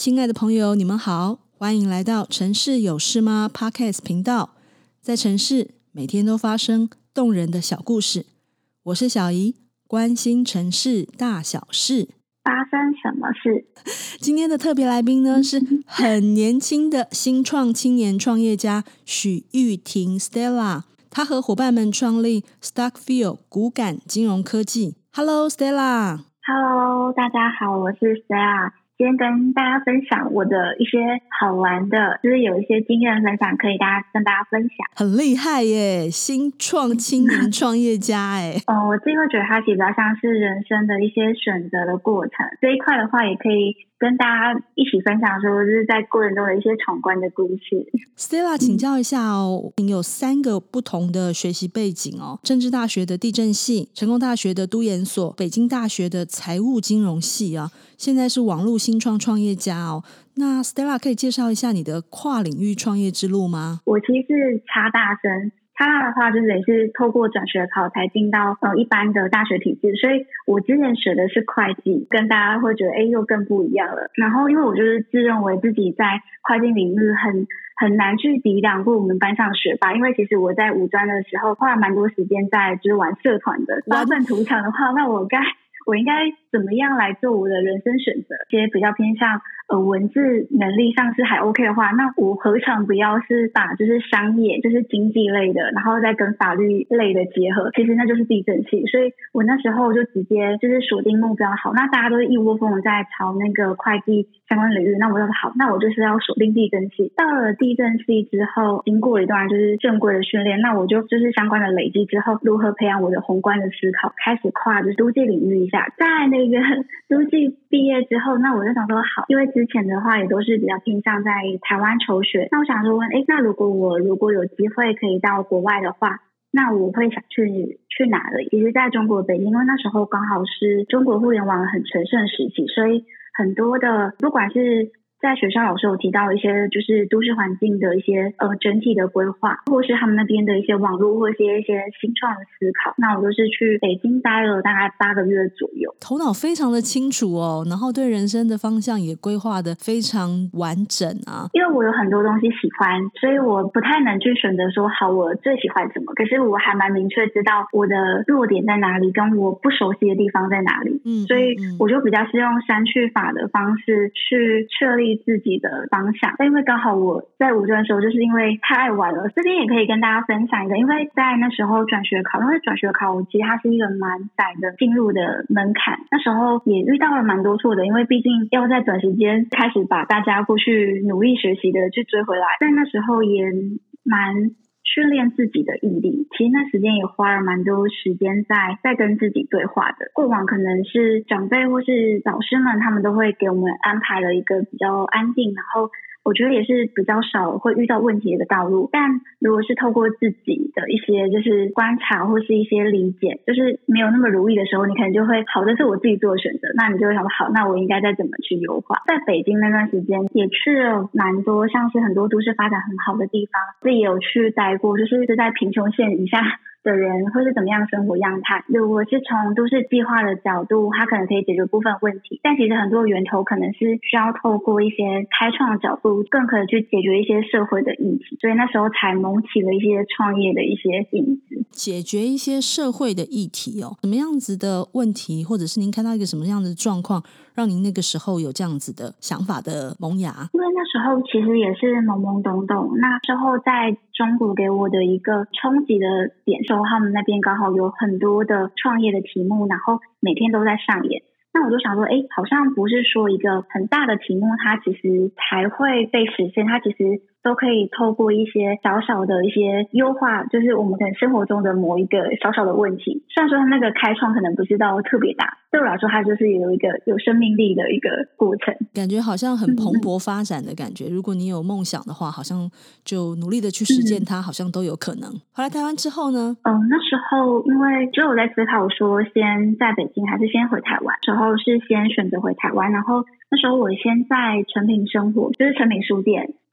亲爱的朋友，你们好，欢迎来到城市有事吗 Podcast 频道。在城市每天都发生动人的小故事，我是小怡，关心城市大小事。 发生什么事？ 今天的特别来宾呢，是很年轻的新创青年创业家许玉婷 Stella， 她和伙伴们创立 Stockfield 股感金融科技。Hello Stella。Hello， 大家好，我是 Stella。今天跟大家分享我的一些好玩的，就是有一些经验分享，可以跟大家分享。 很厉害耶，新创青年创业家耶。 我自己会觉得它其实比较像是人生的一些选择的过程，这一块的话也可以跟大家一起分享说，就是在过程中的一些闯关的故事。 Stella， 请教一下哦，你有3个不同的学习背景哦，政治大学的地政系，成功大学的都研所，北京大学的财务金融系啊，现在是网络新创创业家哦。那 Stella 可以介绍一下你的跨领域创业之路吗？ 我其实是插大生。插大的话就是也是透过转学考才进到一般的大学体制，所以我之前学的是会计，跟大家会觉得又更不一样了。然后因为我就是自认为自己在会计领域很难去抵挡过我们班上的学霸，因为其实我在五专的时候花了蛮多时间在就是玩社团的。发愤图强的话，那我应该怎么样来做我的人生选择？这些比较偏向文字能力上是还 OK 的话，那我何尝不要是把就是商业就是经济类的，然后再跟法律类的结合，其实那就是地政系。所以我那时候就直接就是锁定目标，好，那大家都是一窝蜂的在朝那个会计相关领域，那我就好，那我就是要锁定地政系。到了地政系之后，经过一段就是正规的训练，那我就是相关的累积之后，如何培养我的宏观的思考，开始跨就是都计领域一下。在那个都计毕业之后，那我就想说好，因为之前的话也都是比较偏向在台湾求学，那我想说那如果有机会可以到国外的话，那我会想去哪里？其实在中国北京，因为那时候刚好是中国互联网很全盛时期，所以很多的不管是在学校老师有提到一些就是都市环境的一些整体的规划，或是他们那边的一些网络或是一些新创的思考，那我都是去北京待了大概8个月左右。 头脑非常的清楚哦，然后对人生的方向也规划的非常完整啊。 因为我有很多东西喜欢，所以我不太能去选择说好我最喜欢什么，可是我还蛮明确知道我的弱点在哪里，跟我不熟悉的地方在哪里。所以我就比较是用删去法的方式去确立自己的方向。但因为刚好我在五专的时候就是因为太爱玩了，这边也可以跟大家分享一个，因为在那时候转学考，因为转学考其实它是一个蛮窄的进入的门槛，那时候也遇到了蛮多错的，因为毕竟要在短时间开始把大家过去努力学习的去追回来，但那时候也蛮训练自己的毅力，其实那时间也花了蛮多时间在跟自己对话的。过往可能是长辈或是老师们他们都会给我们安排了一个比较安定，然后我觉得也是比较少会遇到问题的道路，但如果是透过自己的一些就是观察或是一些理解，就是没有那么如意的时候，你可能就会好，这是我自己做的选择，那你就会想说好，那我应该再怎么去优化。在北京那段时间也去了蛮多像是很多都市发展很好的地方，自己也有去待过，就是在贫穷线以下的人会是怎么样生活样态。如果是从都市计划的角度，它可能可以解决部分问题，但其实很多源头可能是需要透过一些开创的角度更可以去解决一些社会的议题，所以那时候才萌起了一些创业的一些影子。 解决一些社会的议题哦，什么样子的问题，或者是您看到一个什么样的状况，让您那个时候有这样子的想法的萌芽？ 因为那时候其实也是懵懵懂懂，那时候在中国给我的一个冲击的点，他们那边刚好有很多的创业的题目，然后每天都在上演。那我就想说好像不是说一个很大的题目它其实才会被实现，它其实都可以透过一些小小的一些优化，就是我们可能生活中的某一个小小的问题，虽然说它那个开创可能不是到特别大，对我来说它就是有一个有生命力的一个过程， 感觉好像很蓬勃发展的感觉。如果你有梦想的话，好像就努力的去实践它，好像都有可能。回来台湾之后呢？ 那时候因为就我在思考说先在北京还是先回台湾，时候是先选择回台湾，然后那时候我先在诚品生活，就是诚品书店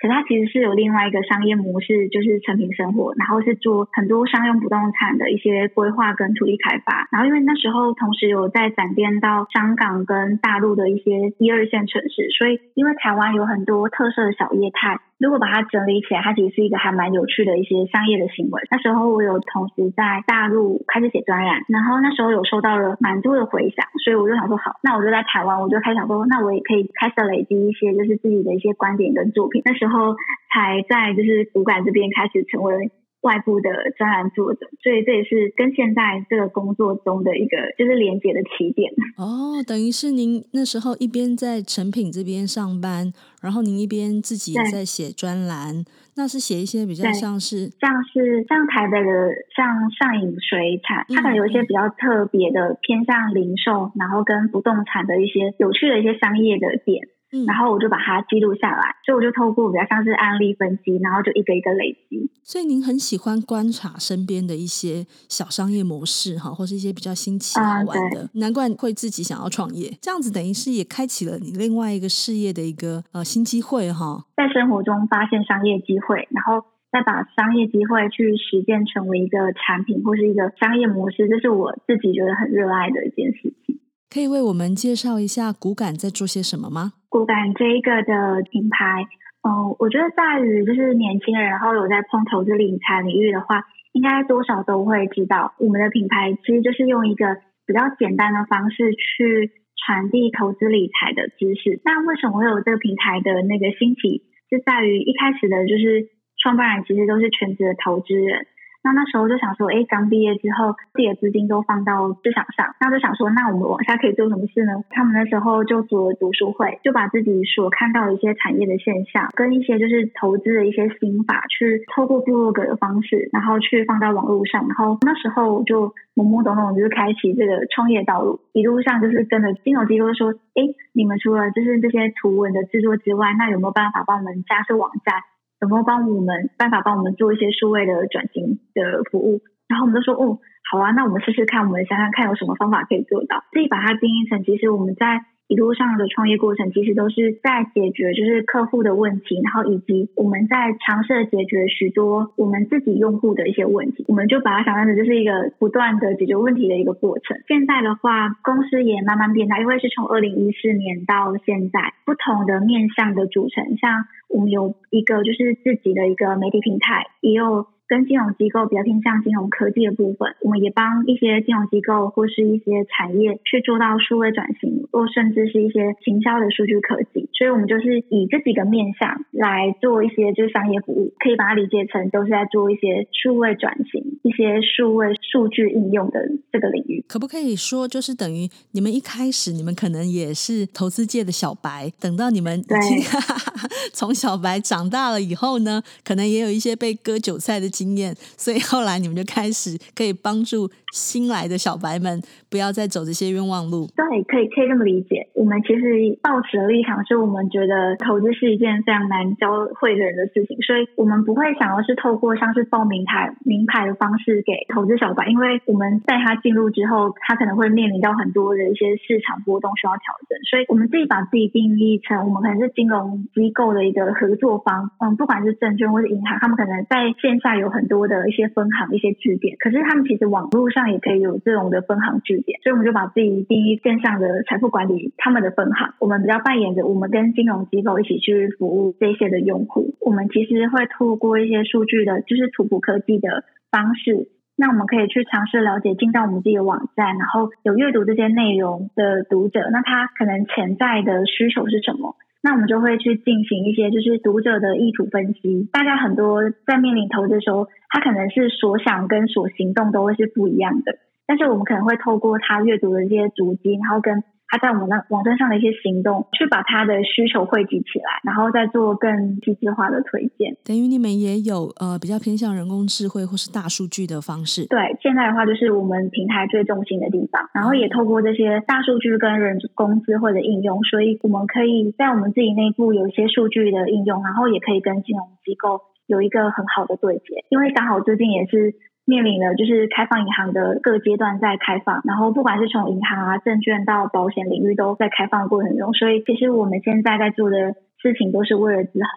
可是它其实是有另外一个商业模式，就是诚品生活，然后是做很多商用不动产的一些规划跟土地开发。然后因为那时候同时有在展店到香港跟大陆的一些1、2线城市，所以因为台湾有很多特色的小业态，如果把它整理起来，它其实是一个还蛮有趣的一些商业的行为。那时候我有同时在大陆开始写专栏，然后那时候有收到了蛮多的回响，所以我就想说好，那我就在台湾，我就开始想说，那我也可以开始累积一些就是自己的一些观点跟作品。那时候才在就是骨感这边开始成为外部的专栏作者，所以这也是跟现在这个工作中的一个就是连结的起点。 等于是您那时候一边在诚品这边上班，然后您一边自己也在写专栏，那是写一些比较像台北的像上影水产，它可能有一些比较特别的偏向零售，然后跟不动产的一些有趣的一些商业的点。然后我就把它记录下来，所以我就透过比较像是案例分析，然后就一个一个累积。 所以您很喜欢观察身边的一些小商业模式或是一些比较新奇好玩的，难怪会自己想要创业，这样子等于是也开启了你另外一个事业的一个新机会在生活中发现商业机会，然后再把商业机会去实践成为一个产品或是一个商业模式，这是我自己觉得很热爱的一件事情。 可以为我们介绍一下骨感在做些什么吗？ 骨感这一个的品牌我觉得在于就是年轻人，然后有在碰投资理财领域的话，应该多少都会知道我们的品牌其实就是用一个比较简单的方式去传递投资理财的知识。那为什么会有这个平台的那个兴起，是在于一开始的就是创办人其实都是全职的投资人，那时候就想说刚毕业之后自己的资金都放到市场上，那就想说那我们往下可以做什么事呢？他们那时候就组了读书会，就把自己所看到的一些产业的现象跟一些就是投资的一些心法去透过部落格的方式，然后去放到网络上。然后那时候就懵懵懂懂就是开启这个创业道路，一路上就是跟着金融机构说你们除了就是这些图文的制作之外，那有没有办法帮我们架设网站，有没有办法帮我们做一些数位的转型的服务？然后我们就说好啊，那我们试试看，我们想想看有什么方法可以做到。自己把它定义成，其实我们在一路上的创业过程其实都是在解决就是客户的问题，然后以及我们在尝试解决许多我们自己用户的一些问题，我们就把它想象成就是一个不断的解决问题的一个过程。现在的话公司也慢慢变大，因为是从2014年到现在不同的面向的组成，像我们有一个就是自己的一个媒体平台，也有跟金融机构比较偏向金融科技的部分，我们也帮一些金融机构或是一些产业去做到数位转型，或甚至是一些行销的数据科技。所以我们就是以这几个面向来做一些就是商业服务，可以把它理解成都是在做一些数位转型，一些数位数据应用的这个领域。 可不可以说就是等于你们一开始你们可能也是投资界的小白，等到你们已经从小白长大了以后呢，可能也有一些被割韭菜的经验，所以后来你们就开始可以帮助新来的小白们不要再走这些冤枉路。 对，可以这么理解。我们其实抱持的立场是我们觉得投资是一件非常难教会的人的事情，所以我们不会想要是透过像是报名牌的方式给投资小白，因为我们在他进入之后，他可能会面临到很多的一些市场波动需要调整，所以我们自己把自己定义成我们可能是金融机构的一个合作方，不管是证券或是银行，他们可能在线下有很多的一些分行一些据点，可是他们其实网络上也可以有这种的分行据点，所以我们就把自己定义线上的财富管理他们的分行，我们比较扮演着我们跟金融机构一起去服务这些的用户。我们其实会透过一些数据的就是图谱科技的方式，那我们可以去尝试了解进到我们自己的网站，然后有阅读这些内容的读者，那他可能潜在的需求是什么，那我们就会去进行一些就是读者的意图分析。大家很多在面临投资的时候，他可能是所想跟所行动都会是不一样的，但是我们可能会透过他阅读的这些足迹，然后跟他在我们的网站上的一些行动，去把他的需求汇集起来，然后再做更细致化的推荐。 等于你们也有比较偏向人工智慧或是大数据的方式。 对，现在的话就是我们平台最重心的地方，然后也透过这些大数据跟人工智慧的应用，所以我们可以在我们自己内部有一些数据的应用，然后也可以跟金融机构有一个很好的对接。因为刚好最近也是面临了就是开放银行的各阶段在开放，然后不管是从银行啊、证券到保险领域都在开放的过程中，所以其实我们现在在做的事情都是为了之后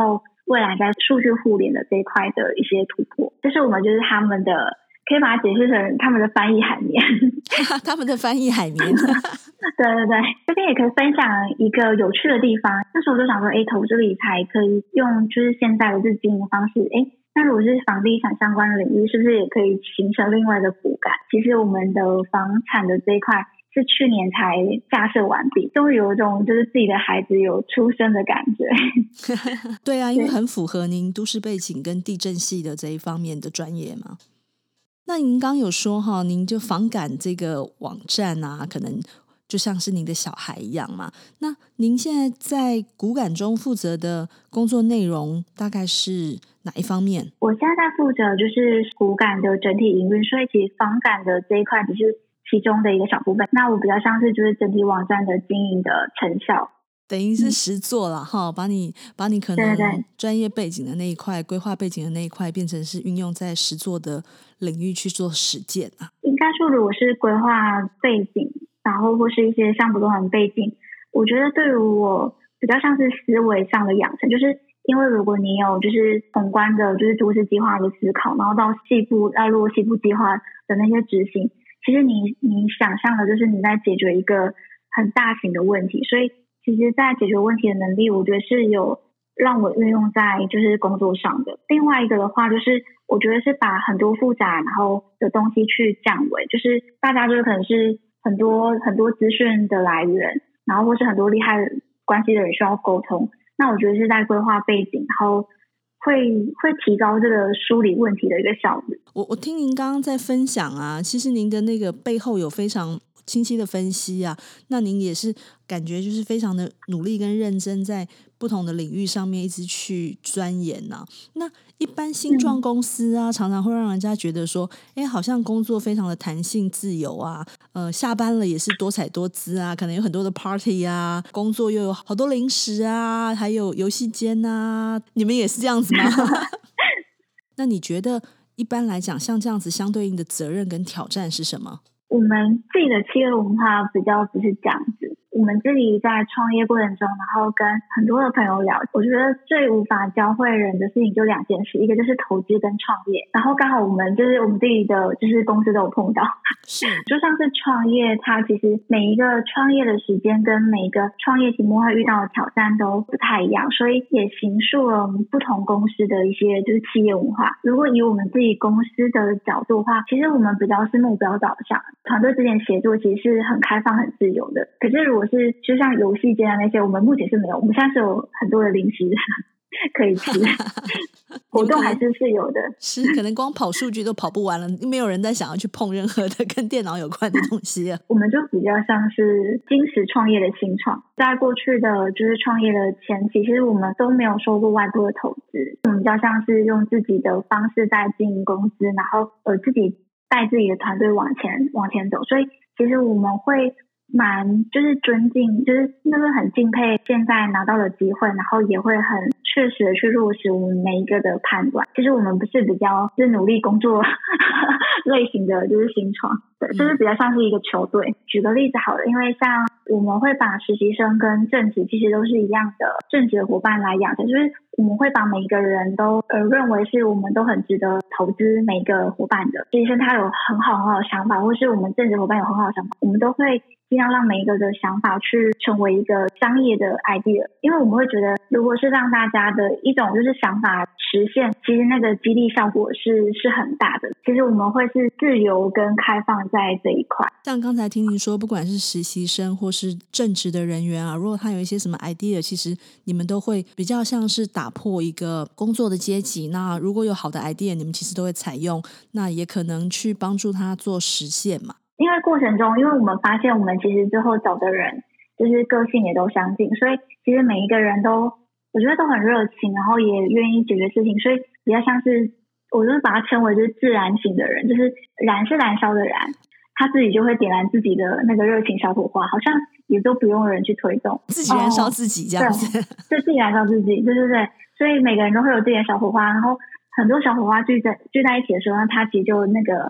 未来在数据互联的这一块的一些突破，这是我们就是他们的，可以把它解释成他们的翻译海绵。 他们的翻译海绵。 对对对，这边也可以分享一个有趣的地方。那时候我就想说，投资理财可以用就是现在的这经营的方式，那如果是房地产相关的领域，是不是也可以形成另外一个骨干？其实我们的房产的这一块是去年才架设完毕，终于有一种就是自己的孩子有出生的感觉。 对啊，因为很符合您都市背景跟地震系的这一方面的专业嘛。那您刚有说哈，您就房感这个网站啊，可能就像是您的小孩一样嘛。那您现在在股感中负责的工作内容大概是哪一方面？ 我现在在负责就是股感的整体营运，所以其实房感的这一块只是其中的一个小部分。那我比较像是就是整体网站的经营的成效， 等于是实作啦哈，把你可能专业背景的那一块、规划背景的那一块，变成是运用在实作的领域去做实践啊。 应该说，如果是规划背景，然后或是一些像不动产背景，我觉得对于我比较像是思维上的养成，就是因为如果你有就是宏观的，就是都市计划的思考，然后到细部要落细部计划的那些执行，其实你想象的就是你在解决一个很大型的问题，所以其实在解决问题的能力，我觉得是有让我运用在就是工作上的。另外一个的话，就是我觉得是把很多复杂然后的东西去降维，就是大家就是可能是很多资讯的来源，然后或是很多厉害关系的人需要沟通，那我觉得是在规划背景，然后会提高这个梳理问题的一个效率。 我听您刚刚在分享啊，其实您的那个背后有非常清晰的分析啊，那您也是感觉就是非常的努力跟认真，在不同的领域上面一直去钻研啊。那一般新创公司啊，常常会让人家觉得说，好像工作非常的弹性自由啊，下班了也是多彩多姿啊，可能有很多的 party 啊，工作又有好多零食啊，还有游戏间啊，你们也是这样子吗？那你觉得一般来讲，像这样子相对应的责任跟挑战是什么？ 我们自己的企业文化比较不是这样子，我们自己在创业过程中，然后跟很多的朋友聊，我觉得最无法教会人的事情就两件事，一个就是投资跟创业，然后刚好我们自己的就是公司都有碰到， 是就像是创业，它其实每一个创业的时间跟每一个创业题目会遇到的挑战都不太一样，所以也形塑了我们不同公司的一些就是企业文化。如果以我们自己公司的角度的话，其实我们比较是目标导向，团队之间协作其实是很开放很自由的。可是如果是就像游戏间啊那些，我们目前是没有，我们现在是有很多的零食可以吃活动还是有的， 是可能光跑数据都跑不完了，没有人在想要去碰任何的跟电脑有关的东西啊。 我们就比较像是精实创业的新创，在过去的就是创业的前期，其实我们都没有收过外部的投资，我们比较像是用自己的方式在经营公司，然后自己带自己的团队往前走，所以其实我们会蛮就是尊敬，就是很敬佩现在拿到的机会，然后也会很确实的去落实我们每一个的判断。其实我们不是比较就是努力工作类型的就是新创，对，就是比较像是一个球队。举个例子好了，因为像我们会把实习生跟正职其实都是一样的正职的伙伴来养成，就是我们会把每一个人都认为是我们都很值得投资每一个伙伴的。实习生他有很好的想法，或是我们正职伙伴有很好的想法，我们都会尽量让每一个的想法去成为一个商业的 idea， 因为我们会觉得如果是让大家的一种就是想法实现，其实那个激励效果是很大的。其实我们会是自由跟开放在这一块。 像刚才听您说，不管是实习生或是正职的人员啊，如果他有一些什么 idea， 其实你们都会比较像是打破一个工作的阶级，那如果有好的 idea， 你们其实都会采用，那也可能去帮助他做实现嘛。 因为过程中，因为我们发现我们其实最后找的人就是个性也都相近，所以其实每一个人都我觉得都很热情，然后也愿意解决事情，所以比较像是我就是把它称为就是自然型的人，就是燃是燃烧的燃，他自己就会点燃自己的那个热情小火花，好像也都不用人去推动， 自己燃烧自己这样子， 对，自己燃烧自己，对对对，所以每个人都会有自己的小火花，然后很多小火花聚在一起的时候，那它其实就那个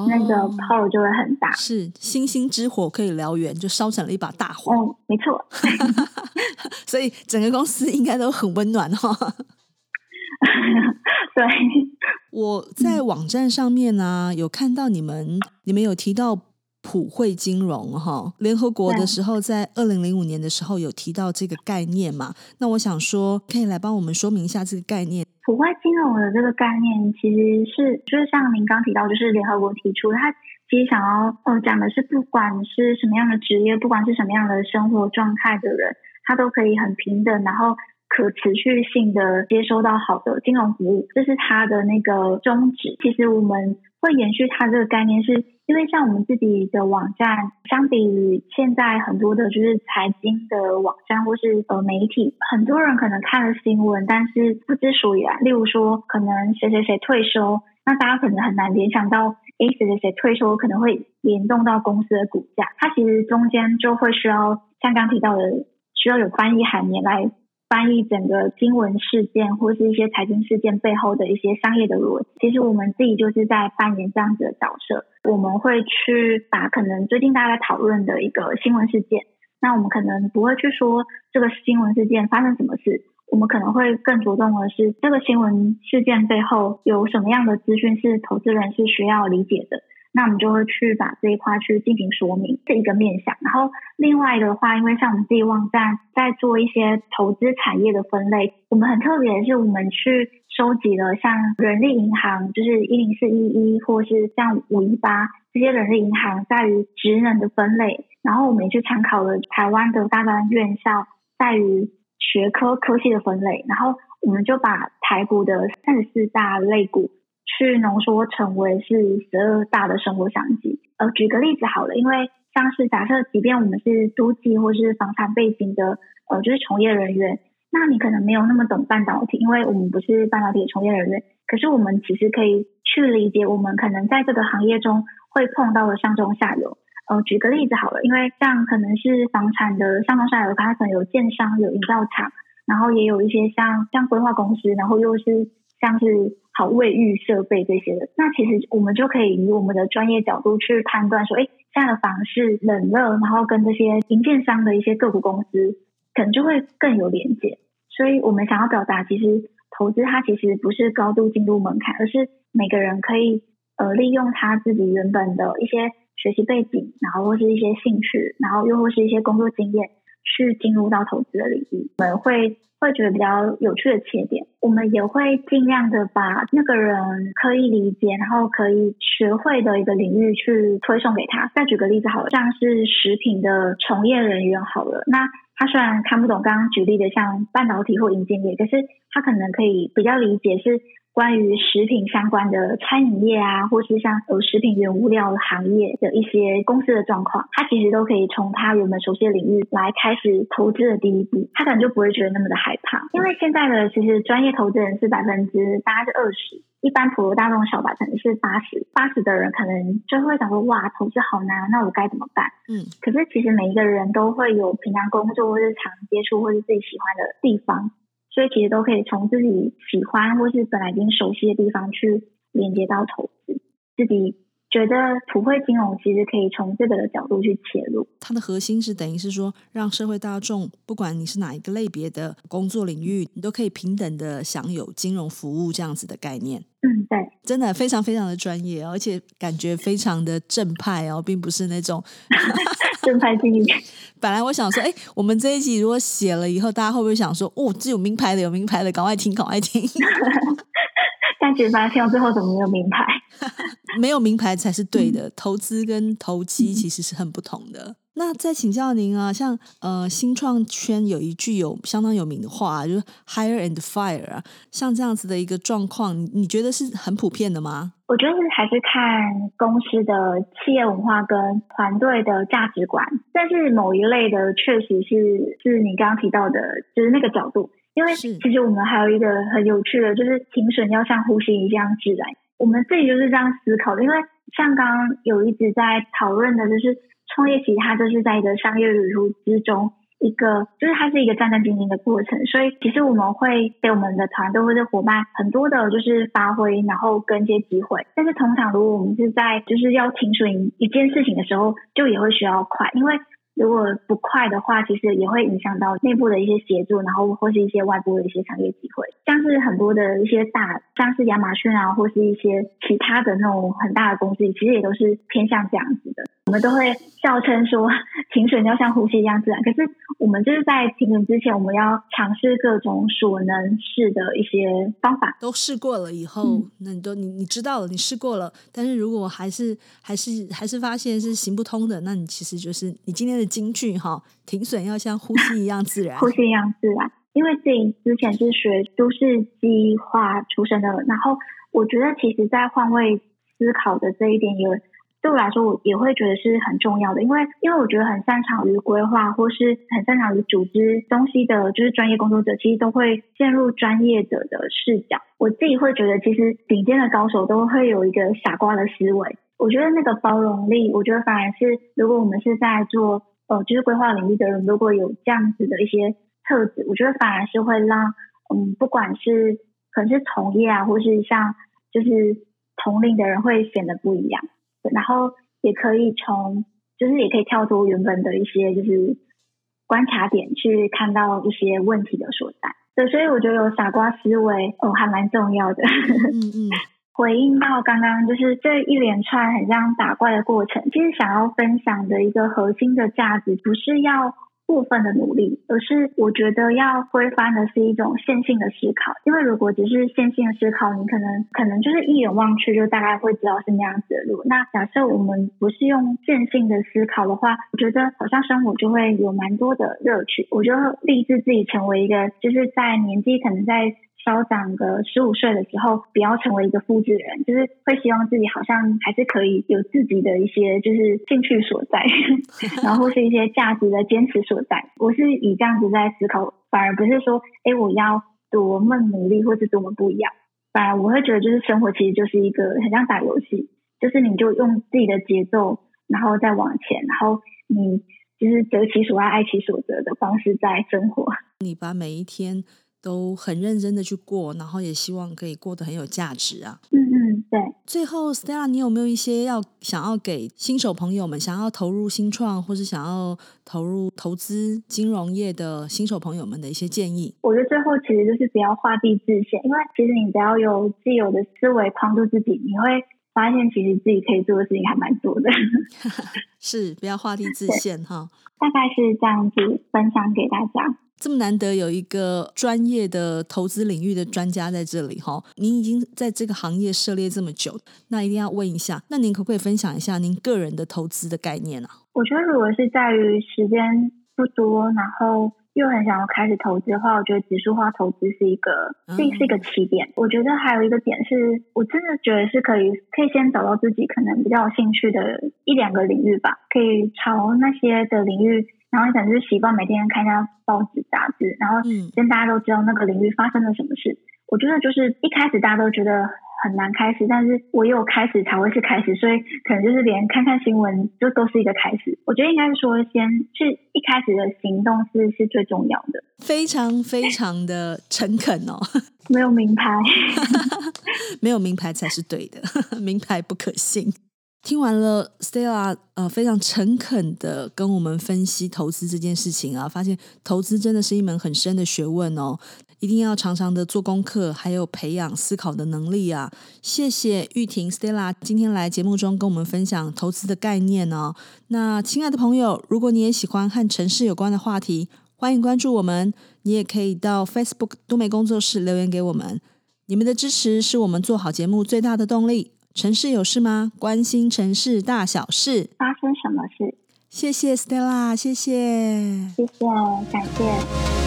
power 就会很大， 是星星之火可以燎原，就烧成了一把大火。 没错。 所以整个公司应该都很温暖哦。 对， 我在网站上面呢、有看到你们有提到普惠金融哈，联合国的时候在2005年的时候有提到这个概念嘛，那我想说可以来帮我们说明一下这个概念。 普惠金融的这个概念其实是就是像您刚提到，就是联合国提出它其实想要讲的是不管是什么样的职业，不管是什么样的生活状态的人，他都可以很平等，然后可持续性的接收到好的金融服务，这是它的那个宗旨。其实我们会延续它这个概念，是因为像我们自己的网站，相比于现在很多的就是财经的网站或是媒体，很多人可能看了新闻，但是不知所以然。例如说，可能谁谁谁退休，那大家可能很难联想到，谁谁谁退休可能会联动到公司的股价。它其实中间就会需要像刚提到的，需要有翻译函言来翻译整个新闻事件或是一些财经事件背后的一些商业的逻辑。其实我们自己就是在扮演这样子的角色，我们会去把可能最近大家在讨论的一个新闻事件，那我们可能不会去说这个新闻事件发生什么事，我们可能会更着重的是这个新闻事件背后有什么样的资讯是投资人是需要理解的，那我们就会去把这一块去进行说明，这一个面向。然后另外的话，因为像我们自己网站在做一些投资产业的分类，我们很特别的是我们去收集了像人力银行，就是10411或是像518这些人力银行在于职能的分类，然后我们也去参考了台湾的大专院校在于学科科系的分类，然后我们就把台股的34大类股去浓缩成为是12大的生活商机。举个例子好了，因为像是假设即便我们是都计或是房产背景的就是从业人员，那你可能没有那么懂半导体，因为我们不是半导体的从业人员，可是我们其实可以去理解我们可能在这个行业中会碰到的上中下游。举个例子好了，因为像可能是房产的上中下游，它可能有建商有营造厂，然后也有一些像规划公司，然后又是像是好卫浴设备这些的，那其实我们就可以以我们的专业角度去判断说，现在的房市冷热，然后跟这些营建商的一些个股公司可能就会更有连结。所以我们想要表达，其实投资它其实不是高度进入门槛，而是每个人可以利用他自己原本的一些学习背景，然后或是一些兴趣，然后又或是一些工作经验去进入到投资的领域。我们会觉得比较有趣的切点，我们也会尽量的把那个人可以理解然后可以学会的一个领域去推送给他。再举个例子好了，像是食品的从业人员好了，那他虽然看不懂刚刚举例的像半导体或营建业，可是他可能可以比较理解是关于食品相关的餐饮业啊，或是像食品原物料行业的一些公司的状况，他其实都可以从他原本熟悉的领域来开始投资的第一步，他可能就不会觉得那么的害怕。因为现在的其实专业投资人是大概是20%，一般普罗大众小白可能是80%的人可能就会想说，哇，投资好难，那我该怎么办？可是其实每一个人都会有平常工作或是常接触或是自己喜欢的地方，所以其实都可以从自己喜欢或是本来已经熟悉的地方去连接到投资。自己觉得普惠金融其实可以从这个的角度去切入， 它的核心是等于是说让社会大众不管你是哪一个类别的工作领域，你都可以平等的享有金融服务这样子的概念。 对， 真的非常非常的专业，而且感觉非常的正派哦，并不是那种正派经营。 本来我想说我们这一集如果写了以后大家会不会想说这有名牌的有名牌的，赶快听赶快听但其实发现听到最后怎么没有名牌没有名牌才是对的，投资跟投机其实是很不同的。那再请教您啊，像新创圈有一句相当有名的话，就是 hire and fire 啊，像这样子的一个状况，你觉得是很普遍的吗？ 我觉得还是看公司的企业文化跟团队的价值观，但是某一类的确实是你刚刚提到的，就是那个角度。因为其实我们还有一个很有趣的，就是停损要像呼吸一样自然。我们自己就是这样思考的，因为像刚刚有一直在讨论的，就是创业其实它就是在一个商业旅途之中，就是它是一个战战兢兢的过程，所以其实我们会给我们的团队或者伙伴很多的就是发挥，然后跟一些机会。但是通常如果我们是在就是要停损一件事情的时候，就也会需要快，因为如果不快的话，其实也会影响到内部的一些协作，然后或是一些外部的一些商业机会。像是很多的一些像是亚马逊啊，或是一些其他的那种很大的公司，其实也都是偏向这样子的。我们都会笑称说停损要像呼吸一样自然，可是我们就是在停损之前，我们要尝试各种所能试的一些方法。 都试过了以后，那你知道了，你试过了，但是如果还是发现是行不通的，那你其实就是你今天的金句哈，停损要像呼吸一样自然。 呼吸一样自然，因为自己之前是学都市计划出身的，然后我觉得其实在换位思考的这一点对我来说，我也会觉得是很重要的，因为我觉得很擅长于规划或是很擅长于组织东西的，就是专业工作者，其实都会陷入专业者的视角。我自己会觉得，其实顶尖的高手都会有一个傻瓜的思维。我觉得那个包容力，我觉得反而是如果我们是在做就是规划领域的人，如果有这样子的一些特质，我觉得反而是会让不管是可能是同业啊，或是像就是同龄的人会显得不一样。然后也可以也可以跳脱原本的一些就是观察点，去看到一些问题的所在。对，所以我觉得有傻瓜思维还蛮重要的。回应到刚刚就是这一连串很像打怪的过程，其实想要分享的一个核心的价值，不是要过分的努力，而是我觉得要推翻的是一种线性的思考。因为如果只是线性的思考，你可能就是一眼望去就大概会知道是那样子的路。那假设我们不是用线性的思考的话，我觉得好像生活就会有蛮多的乐趣。我就立志自己成为一个就是在年纪可能在稍长个15岁的时候，不要成为一个复制人，就是会希望自己好像还是可以有自己的一些就是兴趣所在然后或是一些价值的坚持所在。我是以这样子在思考，反而不是说我要多么努力或是多么不一样，反而我会觉得就是生活其实就是一个很像打游戏，就是你就用自己的节奏然后再往前，然后你就是择其所爱爱其所择的方式在生活。 你把每一天都很认真的去过，然后也希望可以过得很有价值啊。 对。 最后 Stella 你有没有一些想要给新手朋友们，想要投入新创或是想要投入投资金融业的新手朋友们的一些建议？ 我觉得最后其实就是不要画地自限，因为其实你只要有既有的思维框住自己，你会发现其实自己可以做的事情还蛮多的是不要画地自限哈。 大概是这样子分享给大家。 这么难得有一个专业的投资领域的专家在这里哈，您已经在这个行业涉猎这么久，那一定要问一下，那您可不可以分享一下您个人的投资的概念啊？ 我觉得如果是在于时间不多，然后又很想要开始投资的话，我觉得指数化投资是一个起点。我觉得还有一个点是，我真的觉得是可以先找到自己可能比较有兴趣的1-2个领域吧，可以朝那些的领域，然后你可能就是习惯每天看一下报纸杂志，然后跟大家都知道那个领域发生了什么事。我觉得就是一开始大家都觉得很难开始，但是我有开始才会是开始，所以可能就是连看看新闻就都是一个开始。我觉得应该是说先是一开始的行动是最重要的。 非常非常的诚恳哦没有名牌没有名牌才是对的名牌不可信。听完了 Stella 非常诚恳的跟我们分析投资这件事情啊，发现投资真的是一门很深的学问哦，一定要常常的做功课，还有培养思考的能力啊。谢谢玉婷 Stella 今天来节目中跟我们分享投资的概念哦。那亲爱的朋友，如果你也喜欢和城市有关的话题，欢迎关注我们，你也可以到 Facebook 都媒工作室留言给我们。你们的支持是我们做好节目最大的动力。城市有事吗？关心城市大小事， 发生什么事？ 谢谢 Stella， 谢谢， 感谢。